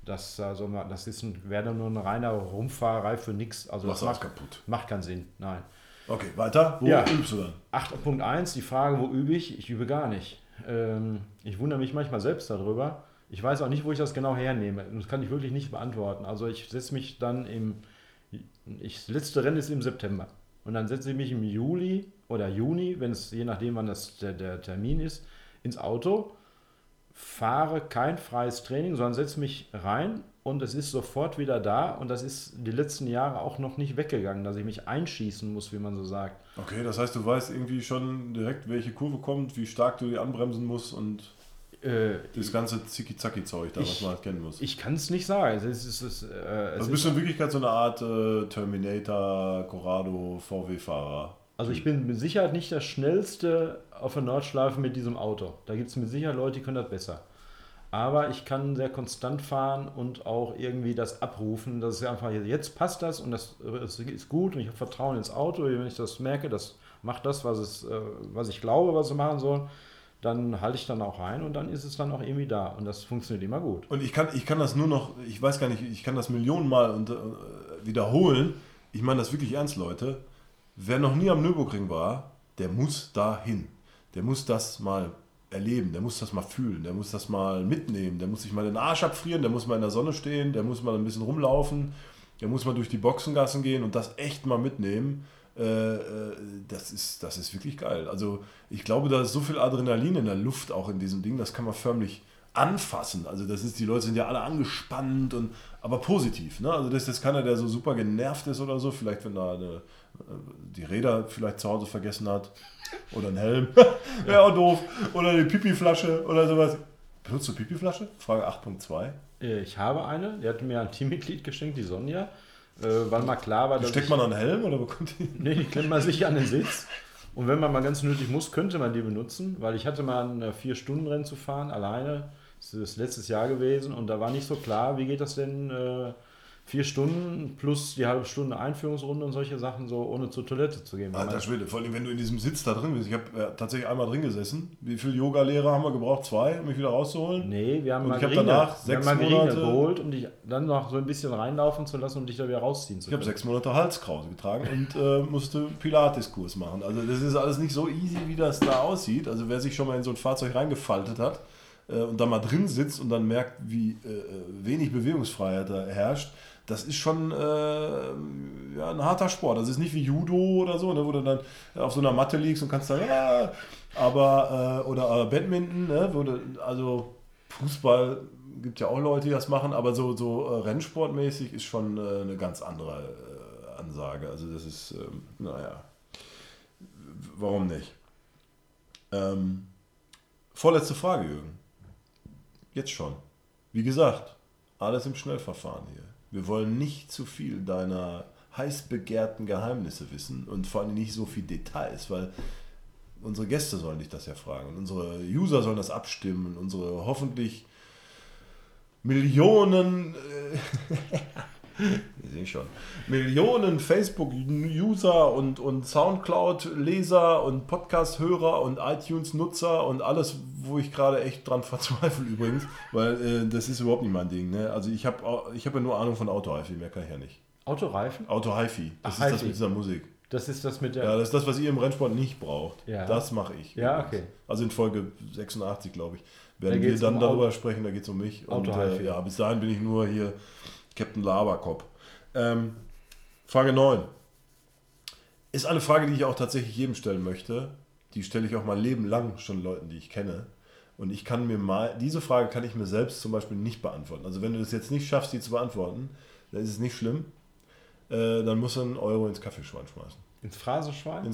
Wäre dann nur eine reine Rumfahrerei für nichts. Also Machst das du alles kaputt. macht keinen Sinn, nein. Okay, weiter. Wo Ja. übst du dann? 8.1, die Frage, wo übe ich? Ich übe gar nicht. Ich wundere mich manchmal selbst darüber. Ich weiß auch nicht, wo ich das genau hernehme. Das kann ich wirklich nicht beantworten. Also ich setze mich dann das letzte Rennen ist im September. Und dann setze ich mich im Juli oder Juni, wenn es je nachdem, wann der Termin ist, ins Auto, fahre kein freies Training, sondern setze mich rein und es ist sofort wieder da. Und das ist die letzten Jahre auch noch nicht weggegangen, dass ich mich einschießen muss, wie man so sagt. Okay, das heißt, du weißt irgendwie schon direkt, welche Kurve kommt, wie stark du die anbremsen musst und das ganze Zicki-Zacki-Zeug da, was man halt kennen muss. Ich kann es nicht sagen. Also bist du in Wirklichkeit so eine Art Terminator, Corrado, VW-Fahrer? Also ich bin mit Sicherheit nicht der Schnellste auf der Nordschleife mit diesem Auto. Da gibt es mit Sicherheit Leute, die können das besser. Aber ich kann sehr konstant fahren und auch irgendwie das abrufen. Das ist einfach, jetzt passt das und das ist gut und ich habe Vertrauen ins Auto. Wenn ich das merke, das macht das, was ich glaube, was es machen soll, dann halte ich dann auch rein und dann ist es dann auch irgendwie da. Und das funktioniert immer gut. Und ich kann das nur noch, ich weiß gar nicht, ich kann das Millionenmal wiederholen. Ich meine das wirklich ernst, Leute. Wer noch nie am Nürburgring war, der muss da hin. Der muss das mal erleben, der muss das mal fühlen, der muss das mal mitnehmen, der muss sich mal den Arsch abfrieren, der muss mal in der Sonne stehen, der muss mal ein bisschen rumlaufen. der muss mal durch die Boxengassen gehen und das echt mal mitnehmen. Das ist wirklich geil. Also ich glaube, da ist so viel Adrenalin in der Luft auch in diesem Ding, das kann man förmlich anfassen. Also die Leute sind ja alle angespannt, aber positiv. Ne? Also das ist jetzt keiner, der so super genervt ist oder so, vielleicht wenn da die Räder vielleicht zu Hause vergessen hat oder einen Helm, wäre auch doof, oder eine Pipi-Flasche oder sowas. Benutzt du Pipi-Flasche? Frage 8.2. Ich habe eine, die hat mir ein Teammitglied geschenkt, die Sonja. Weil mal klar war, dass steckt man an den Helm oder bekommt die? Nee, die klemmt man sich an den Sitz. Und wenn man mal ganz nötig muss, könnte man die benutzen, weil ich hatte mal ein 4-Stunden-Rennen zu fahren, alleine. Das ist letztes Jahr gewesen und da war nicht so klar, wie geht das denn 4 Stunden plus die halbe Stunde Einführungsrunde und solche Sachen, so ohne zur Toilette zu gehen. Alter Schwede, vor allem wenn du in diesem Sitz da drin bist. Ich habe tatsächlich einmal drin gesessen. Wie viele Yoga-Lehrer haben wir gebraucht? 2, um mich wieder rauszuholen? Nee, wir haben danach 6 Monate geholt, um dich dann noch so ein bisschen reinlaufen zu lassen, um dich da wieder rausziehen zu können. Ich habe 6 Monate Halskrause getragen und musste Pilates-Kurs machen. Also das ist alles nicht so easy, wie das da aussieht. Also wer sich schon mal in so ein Fahrzeug reingefaltet hat und da mal drin sitzt und dann merkt, wie wenig Bewegungsfreiheit da herrscht, das ist schon ein harter Sport. Das ist nicht wie Judo oder so, ne, wo du dann auf so einer Matte liegst und kannst dann, oder Badminton, ne, also Fußball gibt ja auch Leute, die das machen, aber so rennsportmäßig ist schon eine ganz andere Ansage. Also das ist, warum nicht? Vorletzte Frage, Jürgen. Jetzt schon. Wie gesagt, alles im Schnellverfahren hier. Wir wollen nicht zu viel deiner heiß begehrten Geheimnisse wissen und vor allem nicht so viel Details, weil unsere Gäste sollen dich das ja fragen und unsere User sollen das abstimmen, unsere hoffentlich Millionen Millionen Facebook-User und Soundcloud-Leser und Podcast-Hörer und iTunes-Nutzer und alles, wo ich gerade echt dran verzweifle übrigens, weil das ist überhaupt nicht mein Ding. Ne? Also ich hab ja nur Ahnung von Auto-Hi-Fi, mehr kann ich ja nicht. Autoreifen? Auto-Hi-Fi, das ist das mit dieser Musik. Das ist das mit der... Ja, das ist das, was ihr im Rennsport nicht braucht. Ja. Das mache ich. Ja, okay. Also in Folge 86, glaube ich, werden wir dann darüber sprechen, da geht es um mich. Und bis dahin bin ich nur hier Captain Laberkopf. Frage 9. Ist eine Frage, die ich auch tatsächlich jedem stellen möchte. Die stelle ich auch mein Leben lang schon Leuten, die ich kenne. Und diese Frage kann ich mir selbst zum Beispiel nicht beantworten. Also wenn du das jetzt nicht schaffst, die zu beantworten, dann ist es nicht schlimm. Dann musst du einen Euro ins Kaffeeschwein schmeißen. Ins Phrasenschwein?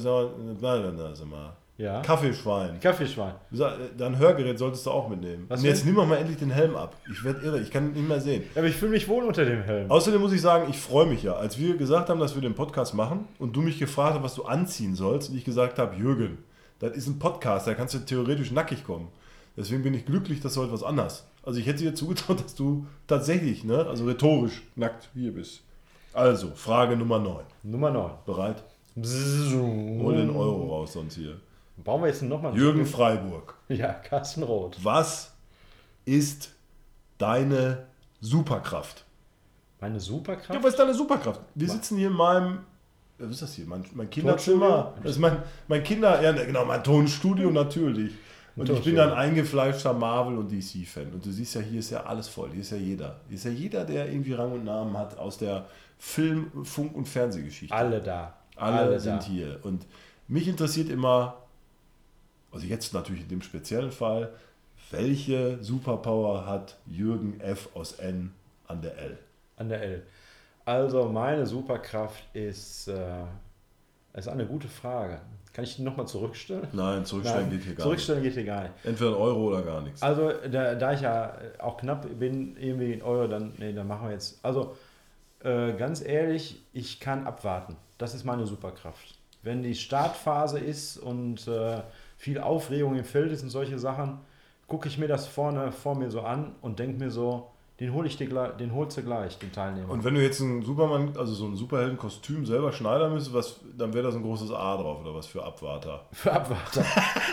Sag mal. Ja. Kaffeeschwein. Dein Hörgerät solltest du auch mitnehmen. Und jetzt nimm doch mal endlich den Helm ab. Ich werde irre, ich kann ihn nicht mehr sehen. Ja, aber ich fühle mich wohl unter dem Helm. Außerdem muss ich sagen, ich freue mich ja. Als wir gesagt haben, dass wir den Podcast machen und du mich gefragt hast, was du anziehen sollst und ich gesagt habe, Jürgen, das ist ein Podcast, da kannst du theoretisch nackig kommen. Deswegen bin ich glücklich, dass du heute was anderes. Also ich hätte dir zugetraut, dass du tatsächlich, also rhetorisch nackt hier bist. Also, Frage Nummer 9. Nummer 9. Bereit? Hol den Euro raus sonst hier. Brauchen wir jetzt nochmal... Jürgen Freiburg. Ja, Carsten Roth. Was ist deine Superkraft? Meine Superkraft? Ja, was ist deine Superkraft? Wir sitzen hier in meinem... Was ist das hier? Mein Kinderzimmer? Das ist mein mein Tonstudio natürlich. Und ich bin dann eingefleischter Marvel- und DC-Fan. Und du siehst ja, hier ist ja alles voll. Hier ist ja jeder. Hier ist ja jeder, der irgendwie Rang und Namen hat aus der Film-, Funk- und Fernsehgeschichte. Alle da. Alle sind hier. Und mich interessiert immer, also jetzt natürlich in dem speziellen Fall, welche Superpower hat Jürgen F. aus N an der L? An der L. Also meine Superkraft ist eine gute Frage. Kann ich die nochmal zurückstellen? Nein, zurückstellen geht hier gar nicht. Zurückstellen geht hier gar nicht. Entweder ein Euro oder gar nichts. Also da ich ja auch knapp bin, irgendwie ein Euro, dann machen wir jetzt. Also ganz ehrlich, ich kann abwarten. Das ist meine Superkraft. Wenn die Startphase ist und viel Aufregung im Feld ist und solche Sachen, gucke ich mir das vorne vor mir so an und denke mir so, den holst du gleich, den Teilnehmer. Und wenn du jetzt einen Superman, also so ein Superheldenkostüm selber schneidern müsstest, dann wäre das ein großes A drauf oder was für Abwarter? Für Abwarter.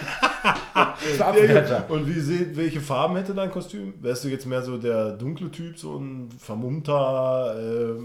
Für Abwarter. Und welche Farben hätte dein Kostüm? Wärst du jetzt mehr so der dunkle Typ, so ein vermummter,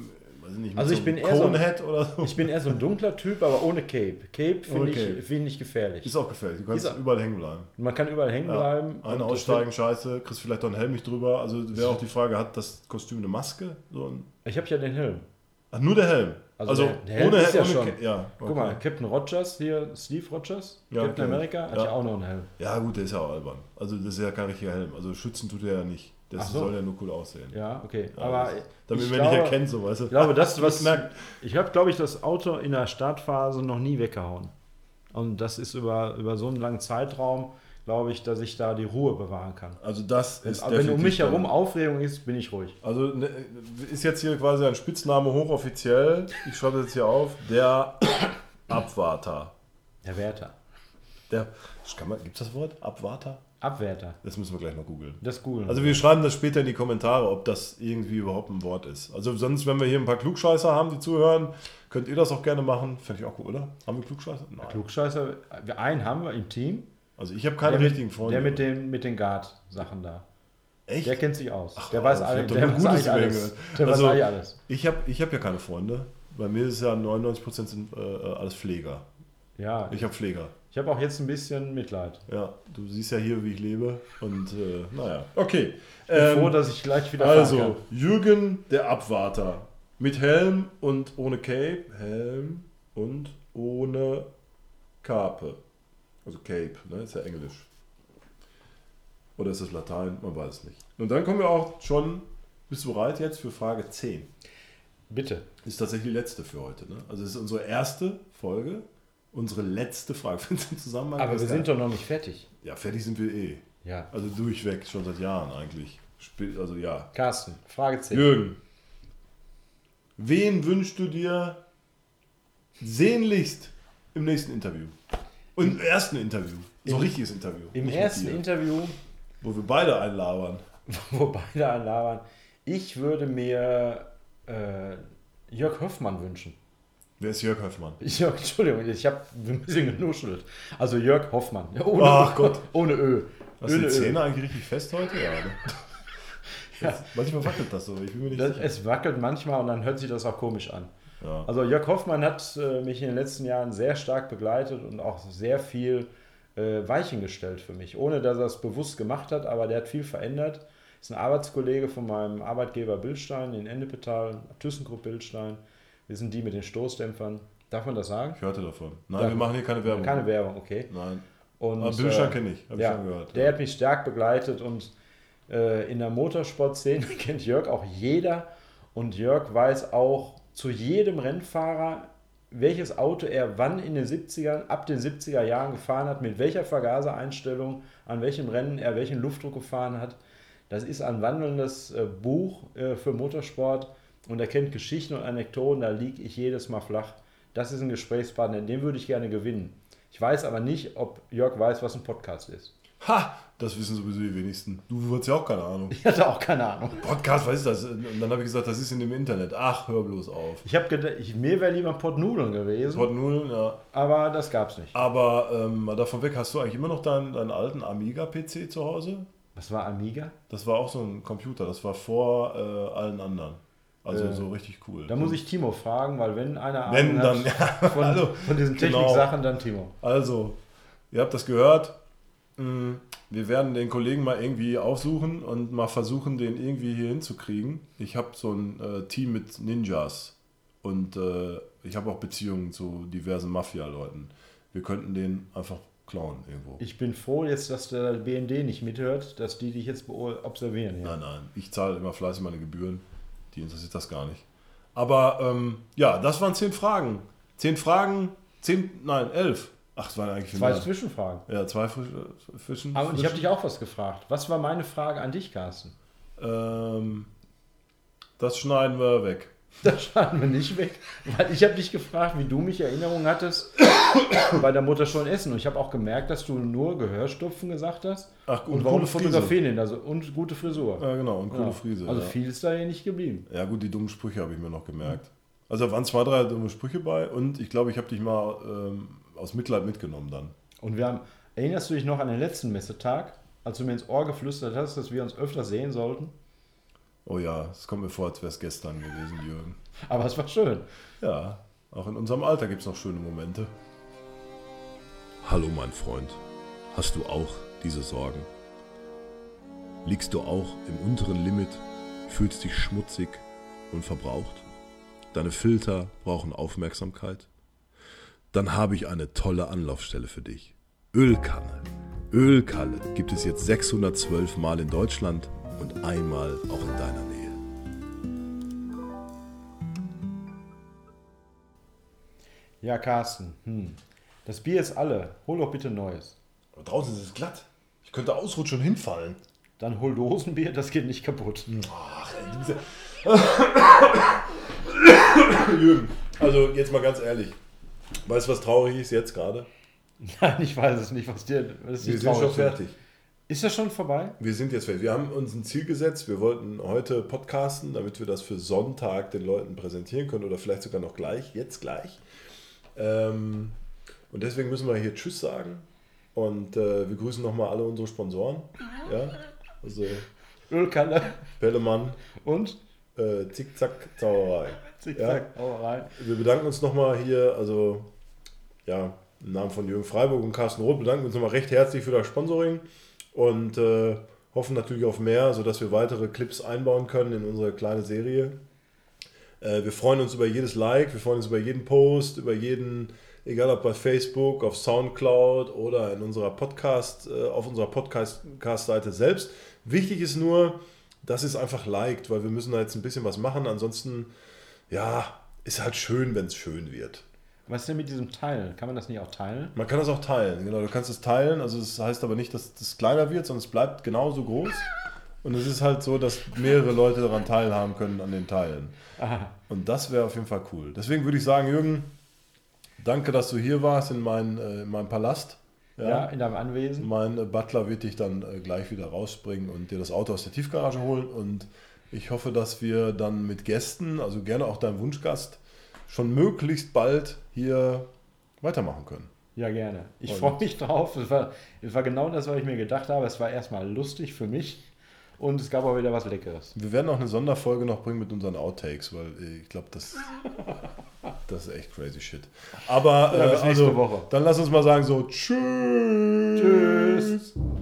weiß ich nicht, mit Also so ich bin einem eher so Conehead oder so. Ich bin eher so ein dunkler Typ, aber ohne Cape. Cape Ohne finde Cape. find ich gefährlich. Ist auch gefährlich. Du kannst Ist auch- überall hängen bleiben. Man kann überall hängen bleiben. Eine und aussteigen, scheiße, kriegst vielleicht noch einen Helm nicht drüber. Also wäre auch die Frage, hat das Kostüm eine Maske? So ein Ich habe ja den Helm. Ach, nur der Helm. Also der Helm ist ja schon. Ja, okay. Guck mal, Captain Rogers hier, Steve Rogers, Ja, Captain okay. America, hat Ja. ja auch noch einen Helm. Ja, gut, der ist ja auch albern. Also das ist ja kein richtiger Helm. Also schützen tut er ja nicht. Das Ach so. soll ja nur cool aussehen. Ja, okay. Ja, Aber damit ich man glaube, nicht erkennt, so weißt du. Ich glaube, das, Du was merkst- ich habe, glaube ich, das Auto in der Startphase noch nie weggehauen. Und das ist über so einen langen Zeitraum, glaube ich, dass ich da die Ruhe bewahren kann. Also das ist Aber wenn um mich definitiv herum Aufregung ist, bin ich ruhig. Also ne, ist jetzt hier quasi ein Spitzname hochoffiziell. Ich schreibe das jetzt hier auf. Der Abwarter. Der Wärter. Gibt es das Wort? Abwarter? Abwärter. Das müssen wir gleich mal googeln. Das Googeln. Also wir schreiben das später in die Kommentare, ob das irgendwie überhaupt ein Wort ist. Also sonst, wenn wir hier ein paar Klugscheißer haben, die zuhören, könnt ihr das auch gerne machen. Fände ich auch cool, oder? Haben wir Klugscheißer? Nein. Klugscheißer, einen haben wir im Team. Also ich habe keine richtigen Freunde. Der mit den Guard-Sachen da. Echt? Der kennt sich aus. Ach, der weiß, ich alle, hab doch der nur weiß Gutes eigentlich über ihn alles. gehört. Der Also, weiß eigentlich alles. Ich hab ja keine Freunde. Bei mir ist ja 99% sind alles Pfleger. Ja, Ich habe Pfleger. ich habe auch jetzt ein bisschen Mitleid. Ja, du siehst ja hier, wie ich lebe. Und naja, okay. Ich bin froh, dass ich gleich wieder fahren Also, kann. Jürgen der Abwarter. Mit Helm und ohne Cape. Helm und ohne Kape. Also Cape, ne? Ist ja Englisch. Oder ist das Latein? Man weiß es nicht. Und dann kommen wir auch schon, bist du bereit jetzt für Frage 10? Bitte. Ist tatsächlich die letzte für heute. Ne? Also es ist unsere erste Folge, unsere letzte Frage. Findest du im Zusammenhang? Aber Das wir geil. sind doch noch nicht fertig. Ja, fertig sind wir eh. Ja. Also durchweg, schon seit Jahren eigentlich. Also ja. Carsten, Frage 10. Jürgen, wen wünschst du dir sehnlichst im nächsten Interview? Und im ersten Interview. So ein richtiges Interview. Im Nicht mit ersten dir. Interview, Wo wir beide einlabern. wo beide anlabern, ich würde mir Jörg Hoffmann wünschen. Wer ist Jörg Hoffmann? Entschuldigung, ich habe ein bisschen genuschelt. Also Jörg Hoffmann. Ja, ohne, Ach Gott. Ohne Ö. Hast du Ohne die Ö. Zähne eigentlich richtig fest heute? Ja, ne? Manchmal wackelt das so, ich bin mir nicht sicher. Es wackelt manchmal und dann hört sich das auch komisch an. Ja. Also Jörg Hoffmann hat mich in den letzten Jahren sehr stark begleitet und auch sehr viel Weichen gestellt für mich, ohne dass er es bewusst gemacht hat, aber der hat viel verändert. Ist ein Arbeitskollege von meinem Arbeitgeber Bildstein in Ennepetal, ThyssenKrupp Bildstein. Wir sind die mit den Stoßdämpfern. Darf man das sagen? Ich hörte davon. Nein, Ja. wir machen hier keine Werbung. Keine Werbung, okay. Nein. Und, Aber Bildstein kenne ich, habe ich ja, schon gehört. der hat mich stark begleitet und in der Motorsportszene kennt Jörg auch jeder und Jörg weiß auch zu jedem Rennfahrer, welches Auto er wann in den 70ern, ab den 70er Jahren gefahren hat, mit welcher Vergasereinstellung, an welchem Rennen er welchen Luftdruck gefahren hat. Das ist ein wandelndes Buch für Motorsport und er kennt Geschichten und Anekdoten, da liege ich jedes Mal flach. Das ist ein Gesprächspartner, den würde ich gerne gewinnen. Ich weiß aber nicht, ob Jörg weiß, was ein Podcast ist. Ha! Das wissen sowieso die wenigsten. Du hast ja auch keine Ahnung. Ich hatte auch keine Ahnung. Podcast, was ist das? Und dann habe ich gesagt, das ist in dem Internet. Ach, hör bloß auf. Ich habe gedacht, mir wäre lieber Pott Nudeln gewesen, Port 0, ja. aber das gab es nicht. Aber mal davon weg, hast du eigentlich immer noch deinen alten Amiga-PC zu Hause? Was war Amiga? Das war auch so ein Computer, das war vor allen anderen. Also so richtig cool. Da muss ich Timo fragen, weil wenn einer Wenn, Ahnung dann, hat ja. von, Also, von diesen genau. Techniksachen, dann Timo. Also, ihr habt das gehört. Wir werden den Kollegen mal irgendwie aufsuchen und mal versuchen, den irgendwie hier hinzukriegen. Ich habe so ein Team mit Ninjas und ich habe auch Beziehungen zu diversen Mafia-Leuten. Wir könnten den einfach klauen irgendwo. Ich bin froh jetzt, dass der BND nicht mithört, dass die dich jetzt observieren. Ja. Nein, ich zahle immer fleißig meine Gebühren. Die interessiert das gar nicht. Aber ja, das waren 10 Fragen. 10 Fragen, 11. Ach, es waren eigentlich viel 2 mehr. Zwischenfragen. Ja, 2 Fischen. Aber ich habe dich auch was gefragt. Was war meine Frage an dich, Carsten? Das schneiden wir weg. Das schneiden wir nicht weg, weil ich habe dich gefragt, wie du mich Erinnerung hattest bei der Mutterschule in Essen. Und ich habe auch gemerkt, dass du nur Gehörstupfen gesagt hast. Ach, Und warum fotografieren denn? Also, und gute Frisur. Ja, genau, und coole Ja. Frise. Also ja. viel ist da ja nicht geblieben. Ja gut, die dummen Sprüche habe ich mir noch gemerkt. Also da waren 2, 3 dumme Sprüche bei und ich glaube, ich habe dich mal aus Mitleid mitgenommen dann. Und erinnerst du dich noch an den letzten Messetag, als du mir ins Ohr geflüstert hast, dass wir uns öfter sehen sollten? Oh ja, es kommt mir vor, als wäre es gestern gewesen, Jürgen. Aber es war schön. Ja, auch in unserem Alter gibt es noch schöne Momente. Hallo mein Freund, hast du auch diese Sorgen? Liegst du auch im unteren Limit, fühlst dich schmutzig und verbraucht? Deine Filter brauchen Aufmerksamkeit? Dann habe ich eine tolle Anlaufstelle für dich. Ölkanne. Ölkanne gibt es jetzt 612 Mal in Deutschland und einmal auch in deiner Nähe. Ja, Carsten, das Bier ist alle. Hol doch bitte Neues. Aber draußen ist es glatt. Ich könnte ausrutschen und hinfallen. Dann hol Dosenbier, das geht nicht kaputt. Ach, ey, Jürgen, also jetzt mal ganz ehrlich. Weißt du, was traurig ist jetzt gerade? Nein, ich weiß es nicht, was ist Wir sind traurig schon findet. fertig. Ist das schon vorbei? Wir sind jetzt fertig. Wir haben uns ein Ziel gesetzt. Wir wollten heute podcasten, damit wir das für Sonntag den Leuten präsentieren können oder vielleicht sogar noch jetzt gleich. Und deswegen müssen wir hier Tschüss sagen. Und wir grüßen nochmal alle unsere Sponsoren. Ja, also Ölkanne Pellemann, und Zickzack Zauberei. Zickzack, hau rein. Wir bedanken uns nochmal hier, also ja, im Namen von Jürgen Freiburg und Carsten Roth bedanken wir uns nochmal recht herzlich für das Sponsoring und hoffen natürlich auf mehr, sodass wir weitere Clips einbauen können in unsere kleine Serie. Wir freuen uns über jedes Like, wir freuen uns über jeden Post, über jeden, egal ob bei Facebook, auf Soundcloud oder in unserer auf unserer Podcast-Seite selbst. Wichtig ist nur, dass es einfach liked, weil wir müssen da jetzt ein bisschen was machen. Ansonsten, ja, ist halt schön, wenn es schön wird. Was ist denn mit diesem Teil? Kann man das nicht auch teilen? Man kann das auch teilen, genau. Du kannst es teilen, also das heißt aber nicht, dass das kleiner wird, sondern es bleibt genauso groß. Und es ist halt so, dass mehrere Leute daran teilhaben können an den Teilen. Aha. Und das wäre auf jeden Fall cool. Deswegen würde ich sagen, Jürgen, danke, dass du hier warst in meinem Palast. Ja, in deinem Anwesen. Mein Butler wird dich dann gleich wieder rausbringen und dir das Auto aus der Tiefgarage holen. Und ich hoffe, dass wir dann mit Gästen, also gerne auch deinem Wunschgast, schon möglichst bald hier weitermachen können. Ja, gerne. Ich Und- freue mich drauf. Es war genau das, was ich mir gedacht habe. Es war erstmal lustig für mich und es gab auch wieder was Leckeres. Wir werden auch eine Sonderfolge noch bringen mit unseren Outtakes, weil ich glaube, das ist echt crazy shit. Aber Ja, bis nächste also, Woche. dann lass uns mal sagen so, tschüss. Tschüss.